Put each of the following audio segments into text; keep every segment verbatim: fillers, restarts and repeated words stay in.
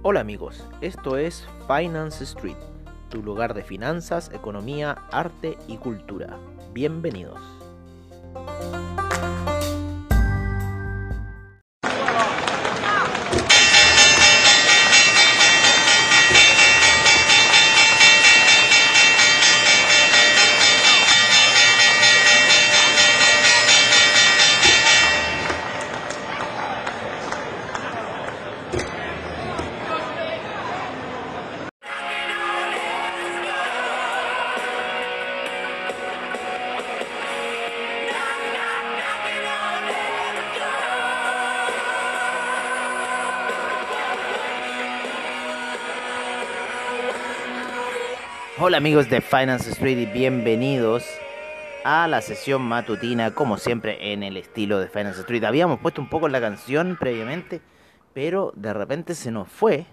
Hola amigos, esto es Finance Street, tu lugar de finanzas, economía, arte y cultura. Bienvenidos. Hola amigos de Finance Street y bienvenidos a la sesión matutina, como siempre en el estilo de Finance Street. Habíamos puesto un poco la canción previamente, pero de repente se nos fue.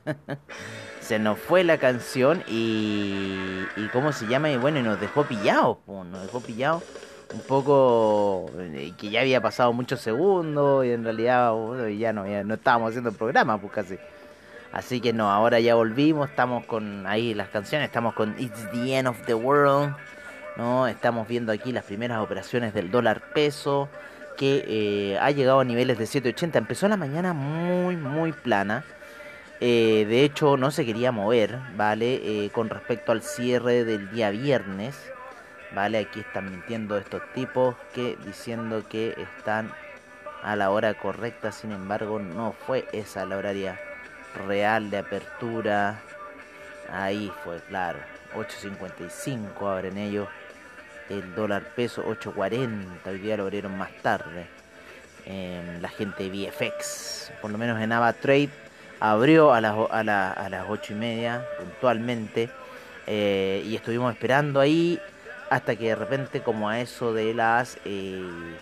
Se nos fue la canción y, y ¿cómo se llama? Y bueno, y nos dejó pillados, po, nos dejó pillados un poco, eh, que ya había pasado muchos segundos y en realidad bueno, ya no, ya no estábamos haciendo el programa, pues casi. Así que no, ahora ya volvimos, estamos con ahí las canciones, estamos con It's the End of the World, ¿no? Estamos viendo aquí las primeras operaciones del dólar peso, que eh, ha llegado a niveles de siete ochenta. Empezó la mañana muy, muy plana. Eh, de hecho, no se quería mover, ¿vale? Eh, con respecto al cierre del día viernes, ¿vale? Aquí están mintiendo estos tipos que diciendo que están a la hora correcta, sin embargo, no fue esa la horaria real de apertura. Ahí fue, claro. ocho cincuenta y cinco abren ellos. El dólar peso ocho cuarenta. Hoy día lo abrieron más tarde. Eh, la gente de V F X, por lo menos en AvaTrade, abrió a las, a la, a las ocho y media puntualmente. Eh, y estuvimos esperando ahí hasta que de repente, como a eso de las eh,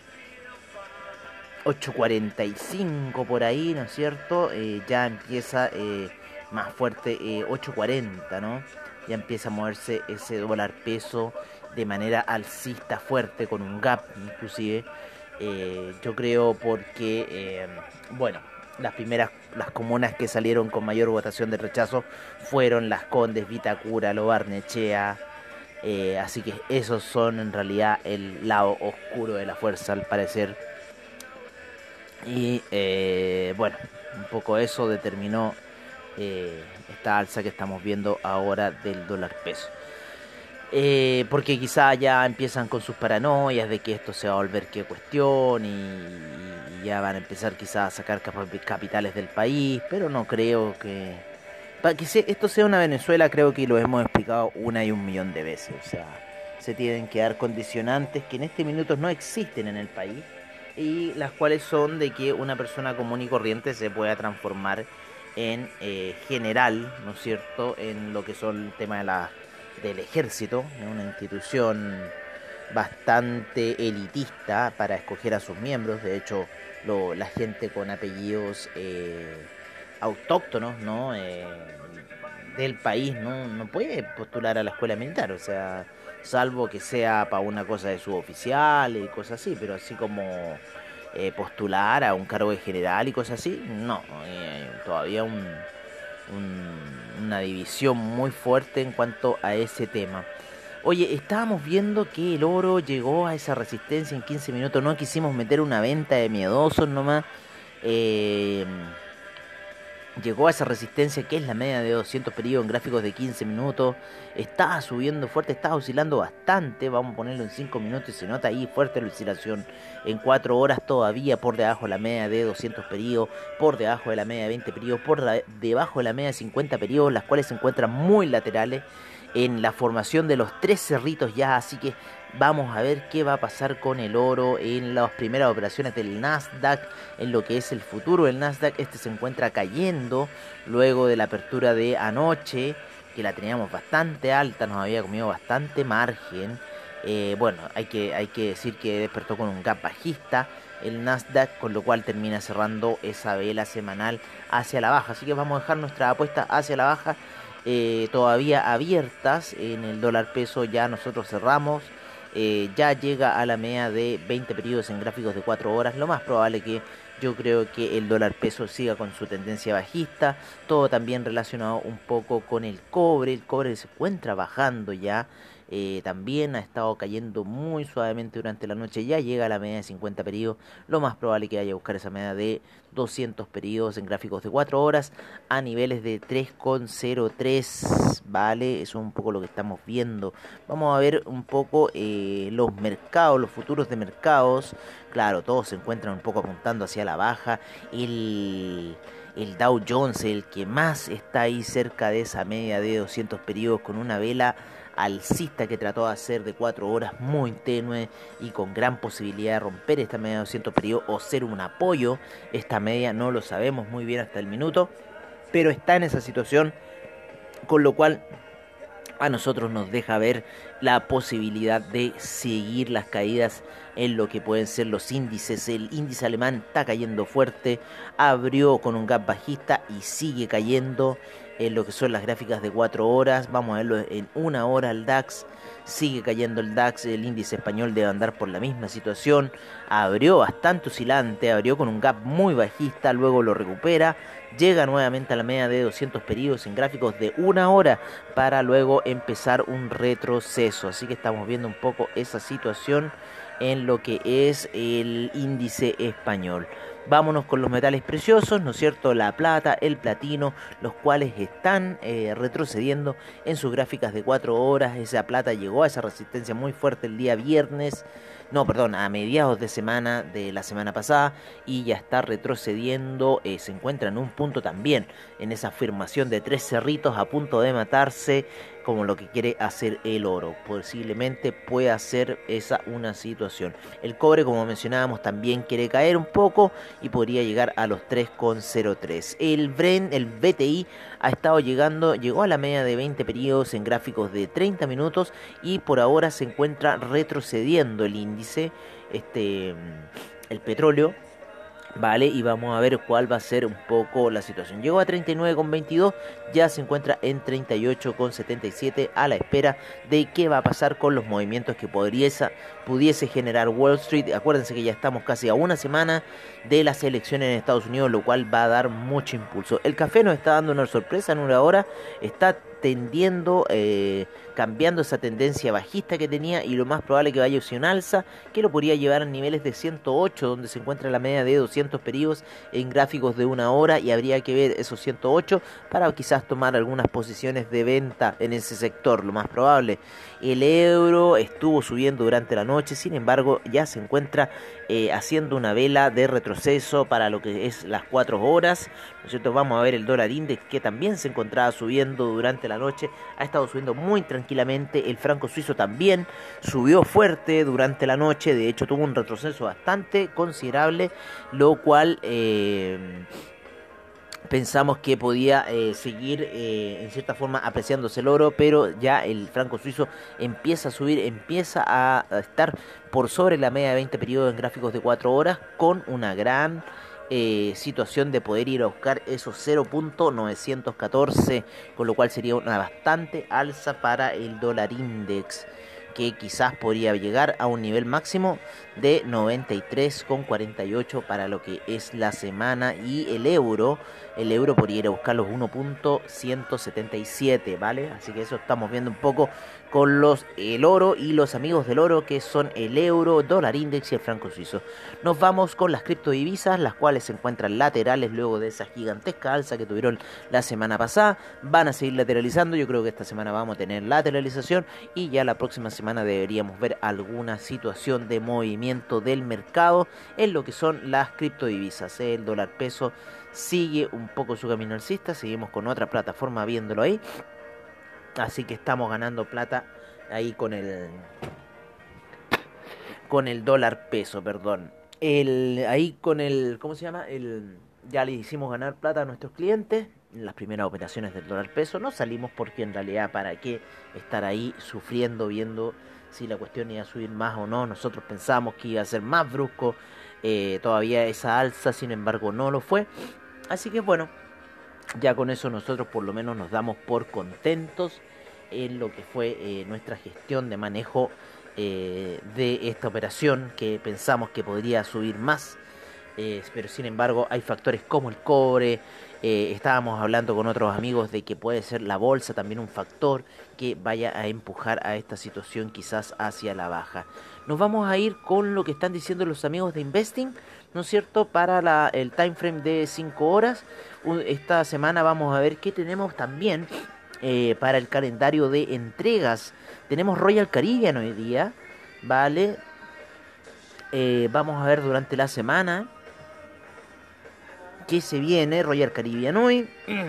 ocho cuarenta y cinco por ahí, ¿no es cierto? Eh, ya empieza eh, más fuerte, eh, ocho cuarenta, ¿no? Ya empieza a moverse ese dólar peso de manera alcista fuerte, con un gap inclusive. Eh, yo creo porque, eh, bueno, las primeras, las comunas que salieron con mayor votación de rechazo fueron Las Condes, Vitacura, Lo Barnechea. Eh, así que esos son en realidad el lado oscuro de la fuerza, al parecer. Y eh, bueno, un poco eso determinó eh, esta alza que estamos viendo ahora del dólar peso. Eh, porque quizá ya empiezan con sus paranoias de que esto se va a volver que cuestión y, y ya van a empezar quizá a sacar capitales del país, pero no creo que... Para que se, esto sea una Venezuela, creo que lo hemos explicado una y un millón de veces. O sea, se tienen que dar condicionantes que en este minuto no existen en el país, y las cuales son de que una persona común y corriente se pueda transformar en eh, general, ¿no es cierto?, en lo que son el tema de la, del ejército, ¿no? Una institución bastante elitista para escoger a sus miembros. De hecho, lo, la gente con apellidos eh, autóctonos, ¿no? Eh, del país, ¿no? No puede postular a la escuela militar, o sea, salvo que sea para una cosa de suboficial y cosas así, pero así como eh, postular a un cargo de general y cosas así, no, eh, todavía un, un, una división muy fuerte en cuanto a ese tema. Oye, estábamos viendo que el oro llegó a esa resistencia en quince minutos, no quisimos meter una venta de miedosos nomás. Eh, Llegó a esa resistencia que es la media de doscientos periodos en gráficos de quince minutos. Estaba subiendo fuerte, estaba oscilando bastante. Vamos a ponerlo en cinco minutos y se nota ahí fuerte la oscilación. En cuatro horas todavía por debajo de la media de doscientos periodos, por debajo de la media de veinte periodos, por la, debajo de la media de cincuenta periodos, las cuales se encuentran muy laterales en la formación de los tres cerritos ya. Así que vamos a ver qué va a pasar con el oro en las primeras operaciones del Nasdaq, en lo que es el futuro del Nasdaq. Este se encuentra cayendo luego de la apertura de anoche, que la teníamos bastante alta, nos había comido bastante margen. Eh, bueno, hay que, hay que decir que despertó con un gap bajista el Nasdaq, con lo cual termina cerrando esa vela semanal hacia la baja. Así que vamos a dejar nuestra apuesta hacia la baja. Eh, todavía abiertas en el dólar peso, ya nosotros cerramos eh, ya llega a la media de veinte periodos en gráficos de cuatro horas. Lo más probable que yo creo que el dólar peso siga con su tendencia bajista. Todo también relacionado un poco con el cobre. El cobre se encuentra bajando ya. Eh, también ha estado cayendo muy suavemente durante la noche. Ya llega a la media de cincuenta periodos. Lo más probable que vaya a buscar esa media de doscientos periodos en gráficos de cuatro horas a niveles de tres coma cero tres. Vale, eso es un poco lo que estamos viendo. Vamos a ver un poco eh, los mercados, los futuros de mercados. Claro, todos se encuentran un poco apuntando hacia la baja. El, el Dow Jones, el que más está ahí cerca de esa media de doscientos periodos, con una vela alcista que trató de hacer de cuatro horas, muy tenue y con gran posibilidad de romper esta media de doscientos periodos o ser un apoyo. Esta media no lo sabemos muy bien hasta el minuto, pero está en esa situación, con lo cual a nosotros nos deja ver la posibilidad de seguir las caídas en lo que pueden ser los índices. El índice alemán está cayendo fuerte, abrió con un gap bajista y sigue cayendo en lo que son las gráficas de cuatro horas. Vamos a verlo en una hora. El DAX sigue cayendo, el DAX, el índice español debe andar por la misma situación. Abrió bastante oscilante, abrió con un gap muy bajista, luego lo recupera, llega nuevamente a la media de doscientos periodos en gráficos de una hora para luego empezar un retroceso. Así que estamos viendo un poco esa situación en lo que es el índice español. Vámonos con los metales preciosos, ¿no es cierto? La plata, el platino, los cuales están eh, retrocediendo en sus gráficas de cuatro horas. Esa plata llegó a esa resistencia muy fuerte el día viernes, no, perdón, a mediados de semana de la semana pasada, y ya está retrocediendo. Eh, se encuentra en un punto también, en esa afirmación de tres cerritos a punto de matarse, como lo que quiere hacer el oro. Posiblemente pueda ser esa una situación. El cobre, como mencionábamos, también quiere caer un poco y podría llegar a los tres coma cero tres. El Brent, el B T I, ha estado llegando, llegó a la media de veinte periodos en gráficos de treinta minutos y por ahora se encuentra retrocediendo el índice, este, el petróleo. Vale, y vamos a ver cuál va a ser un poco la situación. Llegó a treinta y nueve coma veintidós, ya se encuentra en treinta y ocho coma setenta y siete, a la espera de qué va a pasar con los movimientos que podría, pudiese generar Wall Street. Acuérdense que ya estamos casi a una semana de las elecciones en Estados Unidos, lo cual va a dar mucho impulso. El café nos está dando una sorpresa en una hora, está tendiendo, eh, cambiando esa tendencia bajista que tenía, y lo más probable que vaya hacia un alza que lo podría llevar a niveles de ciento ocho, donde se encuentra la media de doscientos periodos en gráficos de una hora, y habría que ver esos ciento ocho para quizás tomar algunas posiciones de venta en ese sector, lo más probable. El euro estuvo subiendo durante la noche, sin embargo ya se encuentra eh, haciendo una vela de retroceso para lo que es las cuatro horas, ¿no es cierto? Vamos a ver el dólar index, que también se encontraba subiendo durante la noche, ha estado subiendo muy tranquilamente. El franco suizo también subió fuerte durante la noche, de hecho tuvo un retroceso bastante considerable, lo cual eh, pensamos que podía eh, seguir eh, en cierta forma apreciándose el oro, pero ya el franco suizo empieza a subir, empieza a, a estar por sobre la media de veinte periodos en gráficos de cuatro horas, con una gran eh, situación de poder ir a buscar esos cero punto novecientos catorce, con lo cual sería una bastante alza para el dólar index, que quizás podría llegar a un nivel máximo de noventa y tres coma cuarenta y ocho para lo que es la semana. Y el euro, el euro podría ir a buscar los uno punto ciento setenta y siete, ¿vale? Así que eso estamos viendo un poco con los el oro y los amigos del oro, que son el euro, dólar index y el franco suizo. Nos vamos con las criptodivisas, las cuales se encuentran laterales luego de esa gigantesca alza que tuvieron la semana pasada. Van a seguir lateralizando, yo creo que esta semana vamos a tener lateralización, y ya la próxima semana deberíamos ver alguna situación de movimiento del mercado en lo que son las criptodivisas. El dólar peso sigue un poco su camino alcista, seguimos con otra plataforma viéndolo ahí, así que estamos ganando plata ahí con el con el dólar peso, perdón. El ahí con el ¿cómo se llama? El ya le hicimos ganar plata a nuestros clientes en las primeras operaciones del dólar peso. No salimos porque en realidad para qué estar ahí sufriendo viendo si la cuestión iba a subir más o no. Nosotros pensamos que iba a ser más brusco eh, todavía esa alza, sin embargo no lo fue. Así que bueno, ya con eso nosotros por lo menos nos damos por contentos en lo que fue eh, nuestra gestión de manejo eh, de esta operación que pensamos que podría subir más. Eh, pero sin embargo hay factores como el cobre. Eh, estábamos hablando con otros amigos de que puede ser la bolsa también un factor que vaya a empujar a esta situación quizás hacia la baja. Nos vamos a ir con lo que están diciendo los amigos de Investing, ¿no es cierto? Para la, el time frame de cinco horas. Esta semana vamos a ver qué tenemos también eh, para el calendario de entregas. Tenemos Royal Caribbean hoy día, ¿vale? Eh, vamos a ver durante la semana que se viene Royal Caribbean hoy.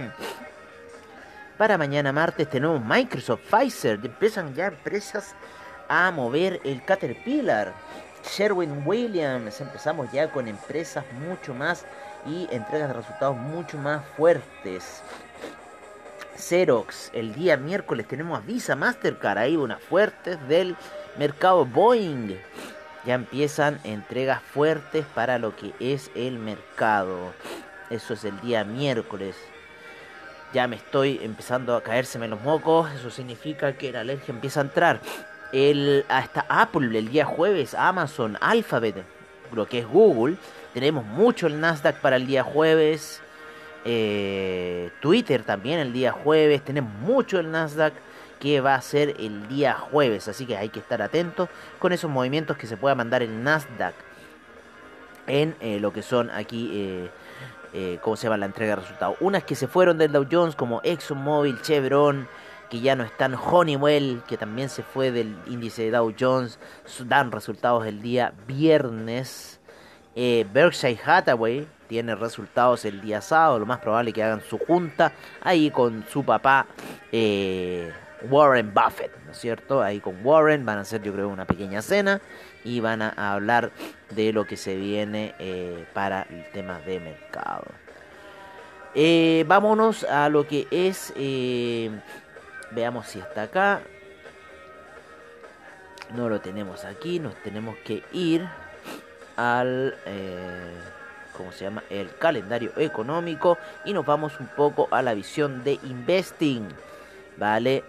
Para mañana martes tenemos Microsoft, Pfizer. Empiezan ya empresas a mover el Caterpillar. Sherwin-Williams. Empezamos ya con empresas mucho más y entregas de resultados mucho más fuertes. Xerox. El día miércoles tenemos a Visa, Mastercard. Ahí unas fuertes del mercado. Boeing. Ya empiezan entregas fuertes para lo que es el mercado. Eso es el día miércoles. Ya me estoy empezando a caérseme los mocos. Eso significa que la alergia empieza a entrar. El, hasta Apple el día jueves. Amazon, Alphabet, lo que es Google. Tenemos mucho el Nasdaq para el día jueves. Eh, Twitter también el día jueves. Tenemos mucho el Nasdaq que va a ser el día jueves. Así que hay que estar atentos con esos movimientos que se pueda mandar el Nasdaq en eh, lo que son aquí... Eh, Eh, ¿cómo se llama? La entrega de resultados. Unas que se fueron del Dow Jones como ExxonMobil, Chevron, que ya no están. Honeywell, que también se fue del índice de Dow Jones, dan resultados el día viernes. eh, Berkshire Hathaway tiene resultados el día sábado. Lo más probable es que hagan su junta ahí con su papá eh, Warren Buffett, ¿no es cierto? Ahí con Warren van a hacer, yo creo, una pequeña cena y van a hablar de lo que se viene eh, para el tema de mercado. Eh, vámonos a lo que es, eh, veamos si está acá. No lo tenemos aquí, nos tenemos que ir al, eh, ¿cómo se llama? El calendario económico y nos vamos un poco a la visión de Investing, ¿vale?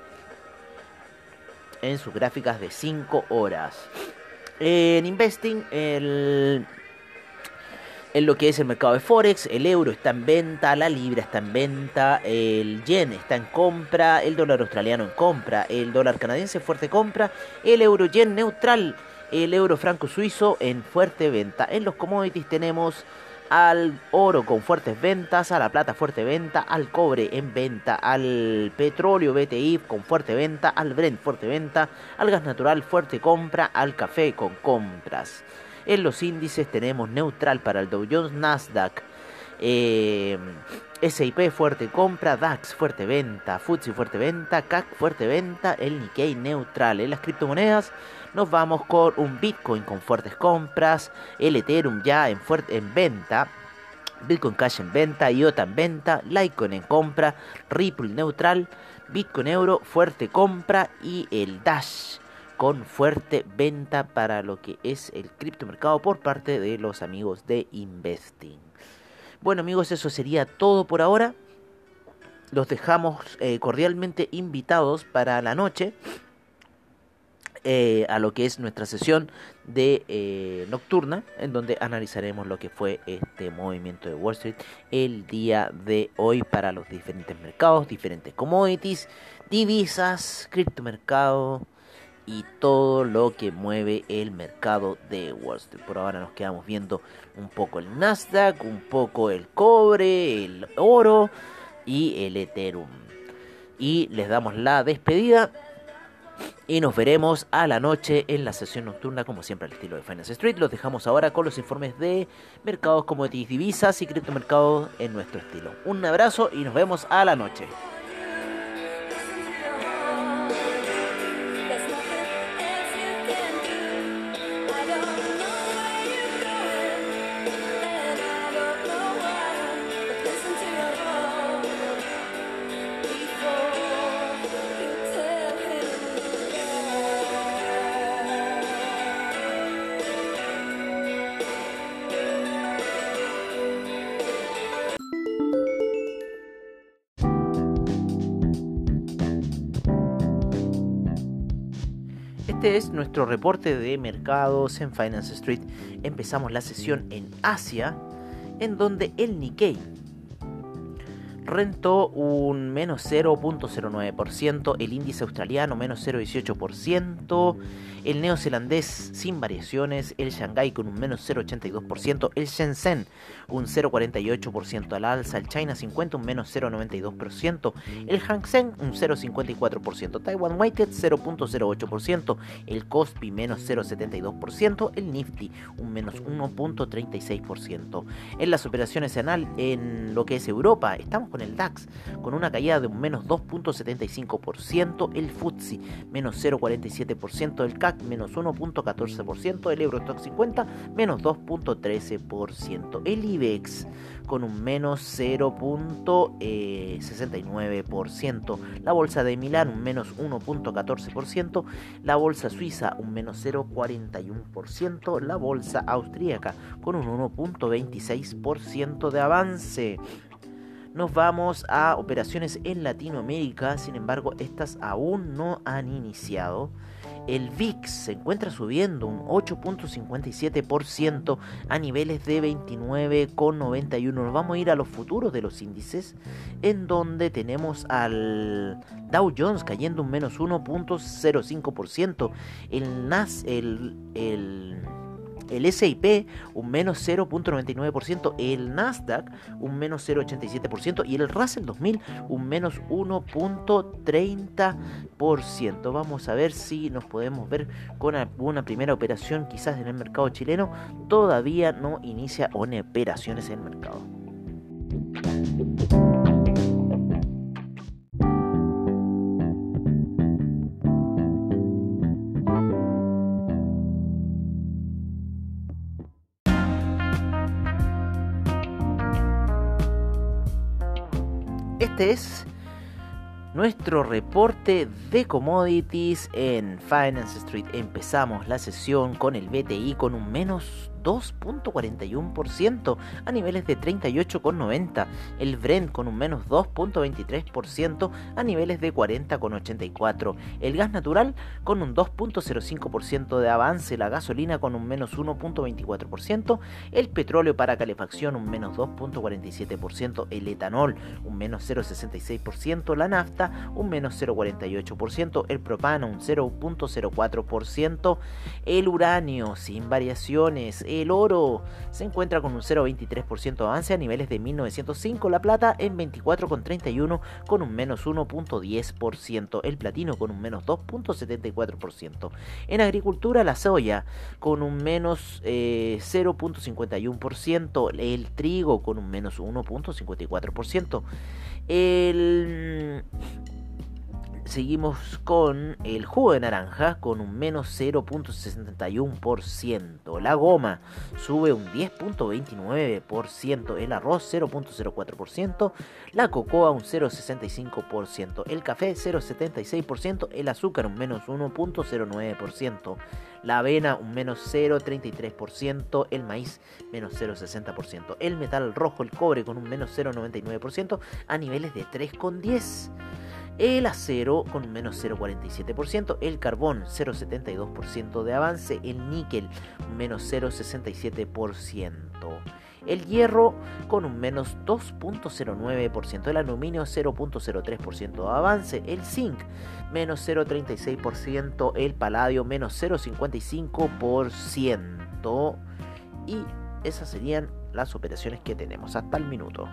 En sus gráficas de cinco horas. En Investing, el, en lo que es el mercado de Forex, el euro está en venta, la libra está en venta, el yen está en compra, el dólar australiano en compra, el dólar canadiense fuerte compra, el euro yen neutral, el euro franco suizo en fuerte venta. En los commodities tenemos al oro con fuertes ventas, a la plata fuerte venta, al cobre en venta, al petróleo B T I con fuerte venta, al Brent fuerte venta, al gas natural fuerte compra, al café con compras. En los índices tenemos neutral para el Dow Jones, Nasdaq, eh, S and P fuerte compra, DAX fuerte venta, F T S E fuerte venta, C A C fuerte venta, el Nikkei neutral. En las criptomonedas nos vamos con un Bitcoin con fuertes compras, el Ethereum ya en, fuerte, en venta, Bitcoin Cash en venta, I O T A en venta, Litecoin en compra, Ripple neutral, Bitcoin Euro fuerte compra y el Dash con fuerte venta para lo que es el criptomercado por parte de los amigos de Investing. Bueno amigos, eso sería todo por ahora. Los dejamos eh, cordialmente invitados para la noche. Eh, a lo que es nuestra sesión de eh, nocturna, en donde analizaremos lo que fue este movimiento de Wall Street el día de hoy para los diferentes mercados, diferentes commodities, divisas, criptomercado y todo lo que mueve el mercado de Wall Street. Por ahora nos quedamos viendo un poco el Nasdaq, un poco el cobre, el oro y el Ethereum. Y les damos la despedida. Y nos veremos a la noche en la sesión nocturna, como siempre al estilo de Finance Street. Los dejamos ahora con los informes de mercados, commodities, divisas y criptomercados en nuestro estilo. Un abrazo y nos vemos a la noche. Este es nuestro reporte de mercados en Finance Street. Empezamos la sesión en Asia, en donde el Nikkei rentó un menos cero punto cero nueve por ciento, el índice australiano menos cero punto dieciocho por ciento, el neozelandés sin variaciones, el Shanghai con un menos cero punto ochenta y dos por ciento, el Shenzhen un cero punto cuarenta y ocho por ciento al alza, el China cincuenta un menos cero punto noventa y dos por ciento, el Hang Seng un cero punto cincuenta y cuatro por ciento, Taiwan Weighted cero punto cero ocho por ciento, el Kospi menos cero punto setenta y dos por ciento, el Nifty un menos uno punto treinta y seis por ciento. En las operaciones anual en lo que es Europa, estamos con el DAX con una caída de un menos dos punto setenta y cinco por ciento, el F T S E menos cero punto cuarenta y siete por ciento, el C A C menos uno punto catorce por ciento, el Eurostoxx cincuenta menos dos punto trece por ciento, el IBEX con un menos cero punto sesenta y nueve por ciento, la bolsa de Milán un menos uno punto catorce por ciento, la bolsa suiza un menos cero punto cuarenta y uno por ciento, la bolsa austríaca con un uno punto veintiséis por ciento de avance. Nos vamos a operaciones en Latinoamérica, sin embargo estas aún no han iniciado. El V I X se encuentra subiendo un ocho punto cincuenta y siete por ciento a niveles de veintinueve punto noventa y uno. Nos vamos a ir a los futuros de los índices, en donde tenemos al Dow Jones cayendo un menos uno punto cero cinco por ciento, el Nas, el, el El S y P un menos cero punto noventa y nueve por ciento, el Nasdaq un menos cero punto ochenta y siete por ciento y el Russell dos mil un menos uno punto treinta por ciento. Vamos a ver si nos podemos ver con alguna primera operación quizás en el mercado chileno. Todavía no inicia operaciones en el mercado. Este es nuestro reporte de commodities en Finance Street. Empezamos la sesión con el B T I con un menos dos punto cuarenta y uno por ciento a niveles de treinta y ocho punto noventa, el Brent con un menos dos punto veintitrés por ciento a niveles de cuarenta punto ochenta y cuatro, el gas natural con un dos punto cero cinco por ciento de avance, la gasolina con un menos uno punto veinticuatro por ciento, el petróleo para calefacción un menos dos punto cuarenta y siete por ciento, el etanol un menos cero punto sesenta y seis por ciento, la nafta un menos cero punto cuarenta y ocho por ciento, el propano un cero punto cero cuatro por ciento, el uranio sin variaciones, el oro se encuentra con un cero punto veintitrés por ciento de avance a niveles de mil novecientos cinco, la plata en veinticuatro punto treinta y uno con un menos uno punto diez por ciento, el platino con un menos dos punto setenta y cuatro por ciento. En agricultura, la soya con un menos eh, cero punto cincuenta y uno por ciento, el trigo con un menos uno punto cincuenta y cuatro por ciento, el... Seguimos con el jugo de naranja con un menos cero punto sesenta y uno por ciento. La goma sube un diez punto veintinueve por ciento. El arroz cero punto cero cuatro por ciento. La cocoa un cero punto sesenta y cinco por ciento. El café cero punto setenta y seis por ciento. El azúcar un menos uno punto cero nueve por ciento. La avena un menos cero punto treinta y tres por ciento. El maíz menos cero punto sesenta por ciento. El metal rojo, el cobre con un menos cero punto noventa y nueve por ciento a niveles de tres punto diez. El acero con un menos cero punto cuarenta y siete por ciento, el carbón cero punto setenta y dos por ciento de avance, el níquel un menos cero punto sesenta y siete por ciento, el hierro con un menos dos punto cero nueve por ciento, el aluminio cero punto cero tres por ciento de avance, el zinc menos cero punto treinta y seis por ciento, el paladio menos cero punto cincuenta y cinco por ciento. Y esas serían las operaciones que tenemos hasta el minuto.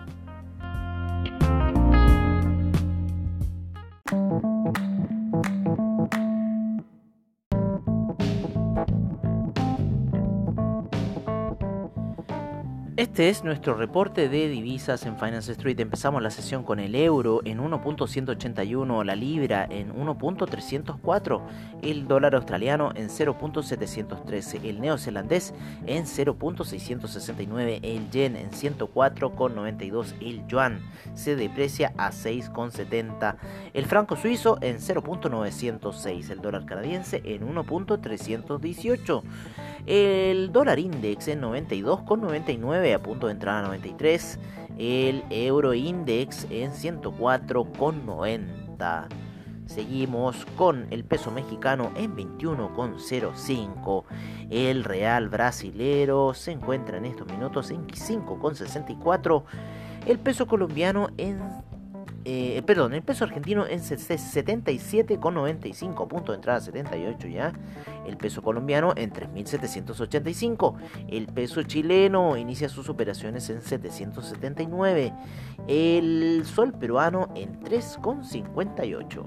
Este es nuestro reporte de divisas en Finance Street. Empezamos la sesión con el euro en uno punto ciento ochenta y uno, la libra en uno punto trescientos cuatro, el dólar australiano en cero punto setecientos trece, el neozelandés en cero punto seiscientos sesenta y nueve, el yen en ciento cuatro punto noventa y dos, el yuan se deprecia a seis punto setenta, el franco suizo en cero punto novecientos seis, el dólar canadiense en uno punto trescientos dieciocho, el dólar index en noventa y dos punto noventa y nueve, a punto de entrar a noventa y tres, el euro index en ciento cuatro punto noventa. Seguimos con el peso mexicano en veintiuno con cero cinco. El real brasilero se encuentra en estos minutos en cinco con sesenta y cuatro. El peso colombiano en Eh, perdón, el peso argentino en setenta y siete con noventa y cinco, punto de entrada setenta y ocho ya. El peso colombiano en tres mil setecientos ochenta y cinco. El peso chileno inicia sus operaciones en setecientos setenta y nueve. El sol peruano en tres con cincuenta y ocho.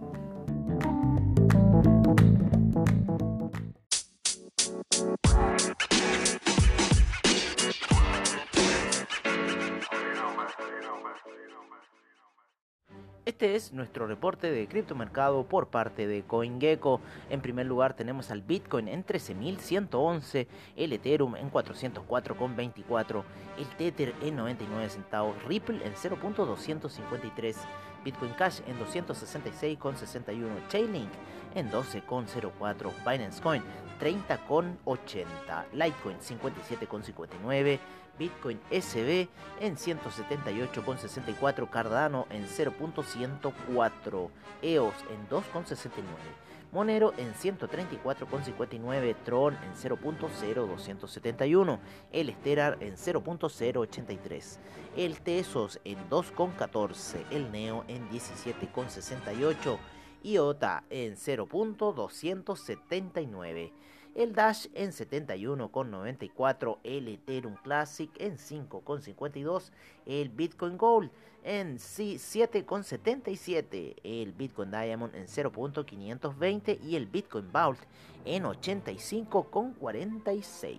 Este es nuestro reporte de criptomercado por parte de CoinGecko. En primer lugar tenemos al Bitcoin en trece mil ciento once, el Ethereum en cuatrocientos cuatro con veinticuatro, el Tether en noventa y nueve centavos, Ripple en cero punto doscientos cincuenta y tres, Bitcoin Cash en doscientos sesenta y seis con sesenta y uno, Chainlink en doce con cero cuatro, Binance Coin treinta con ochenta, Litecoin cincuenta y siete con cincuenta y nueve, Bitcoin S B en ciento setenta y ocho con sesenta y cuatro, Cardano en cero punto ciento cuatro, E O S en dos con sesenta y nueve, Monero en ciento treinta y cuatro con cincuenta y nueve, Tron en cero punto cero doscientos setenta y uno, el Stellar en cero punto cero ochenta y tres, el Tesos en dos con catorce, el Neo en diecisiete con sesenta y ocho, I O T A en cero punto doscientos setenta y nueve, el Dash en setenta y uno con noventa y cuatro, el Ethereum Classic en cinco con cincuenta y dos, el Bitcoin Gold en siete con setenta y siete, el Bitcoin Diamond en cero punto quinientos veinte y el Bitcoin Vault en ochenta y cinco con cuarenta y seis.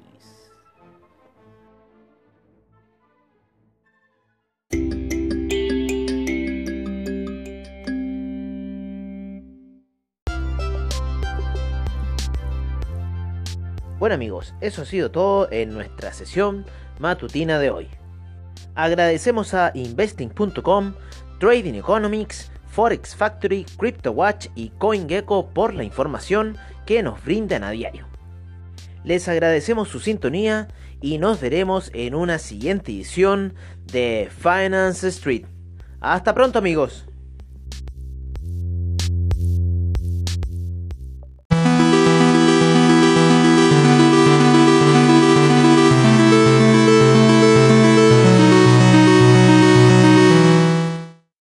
Bueno amigos, eso ha sido todo en nuestra sesión matutina de hoy. Agradecemos a investing punto com, Trading Economics, Forex Factory, CryptoWatch y CoinGecko por la información que nos brindan a diario. Les agradecemos su sintonía y nos veremos en una siguiente edición de Finance Street. Hasta pronto amigos.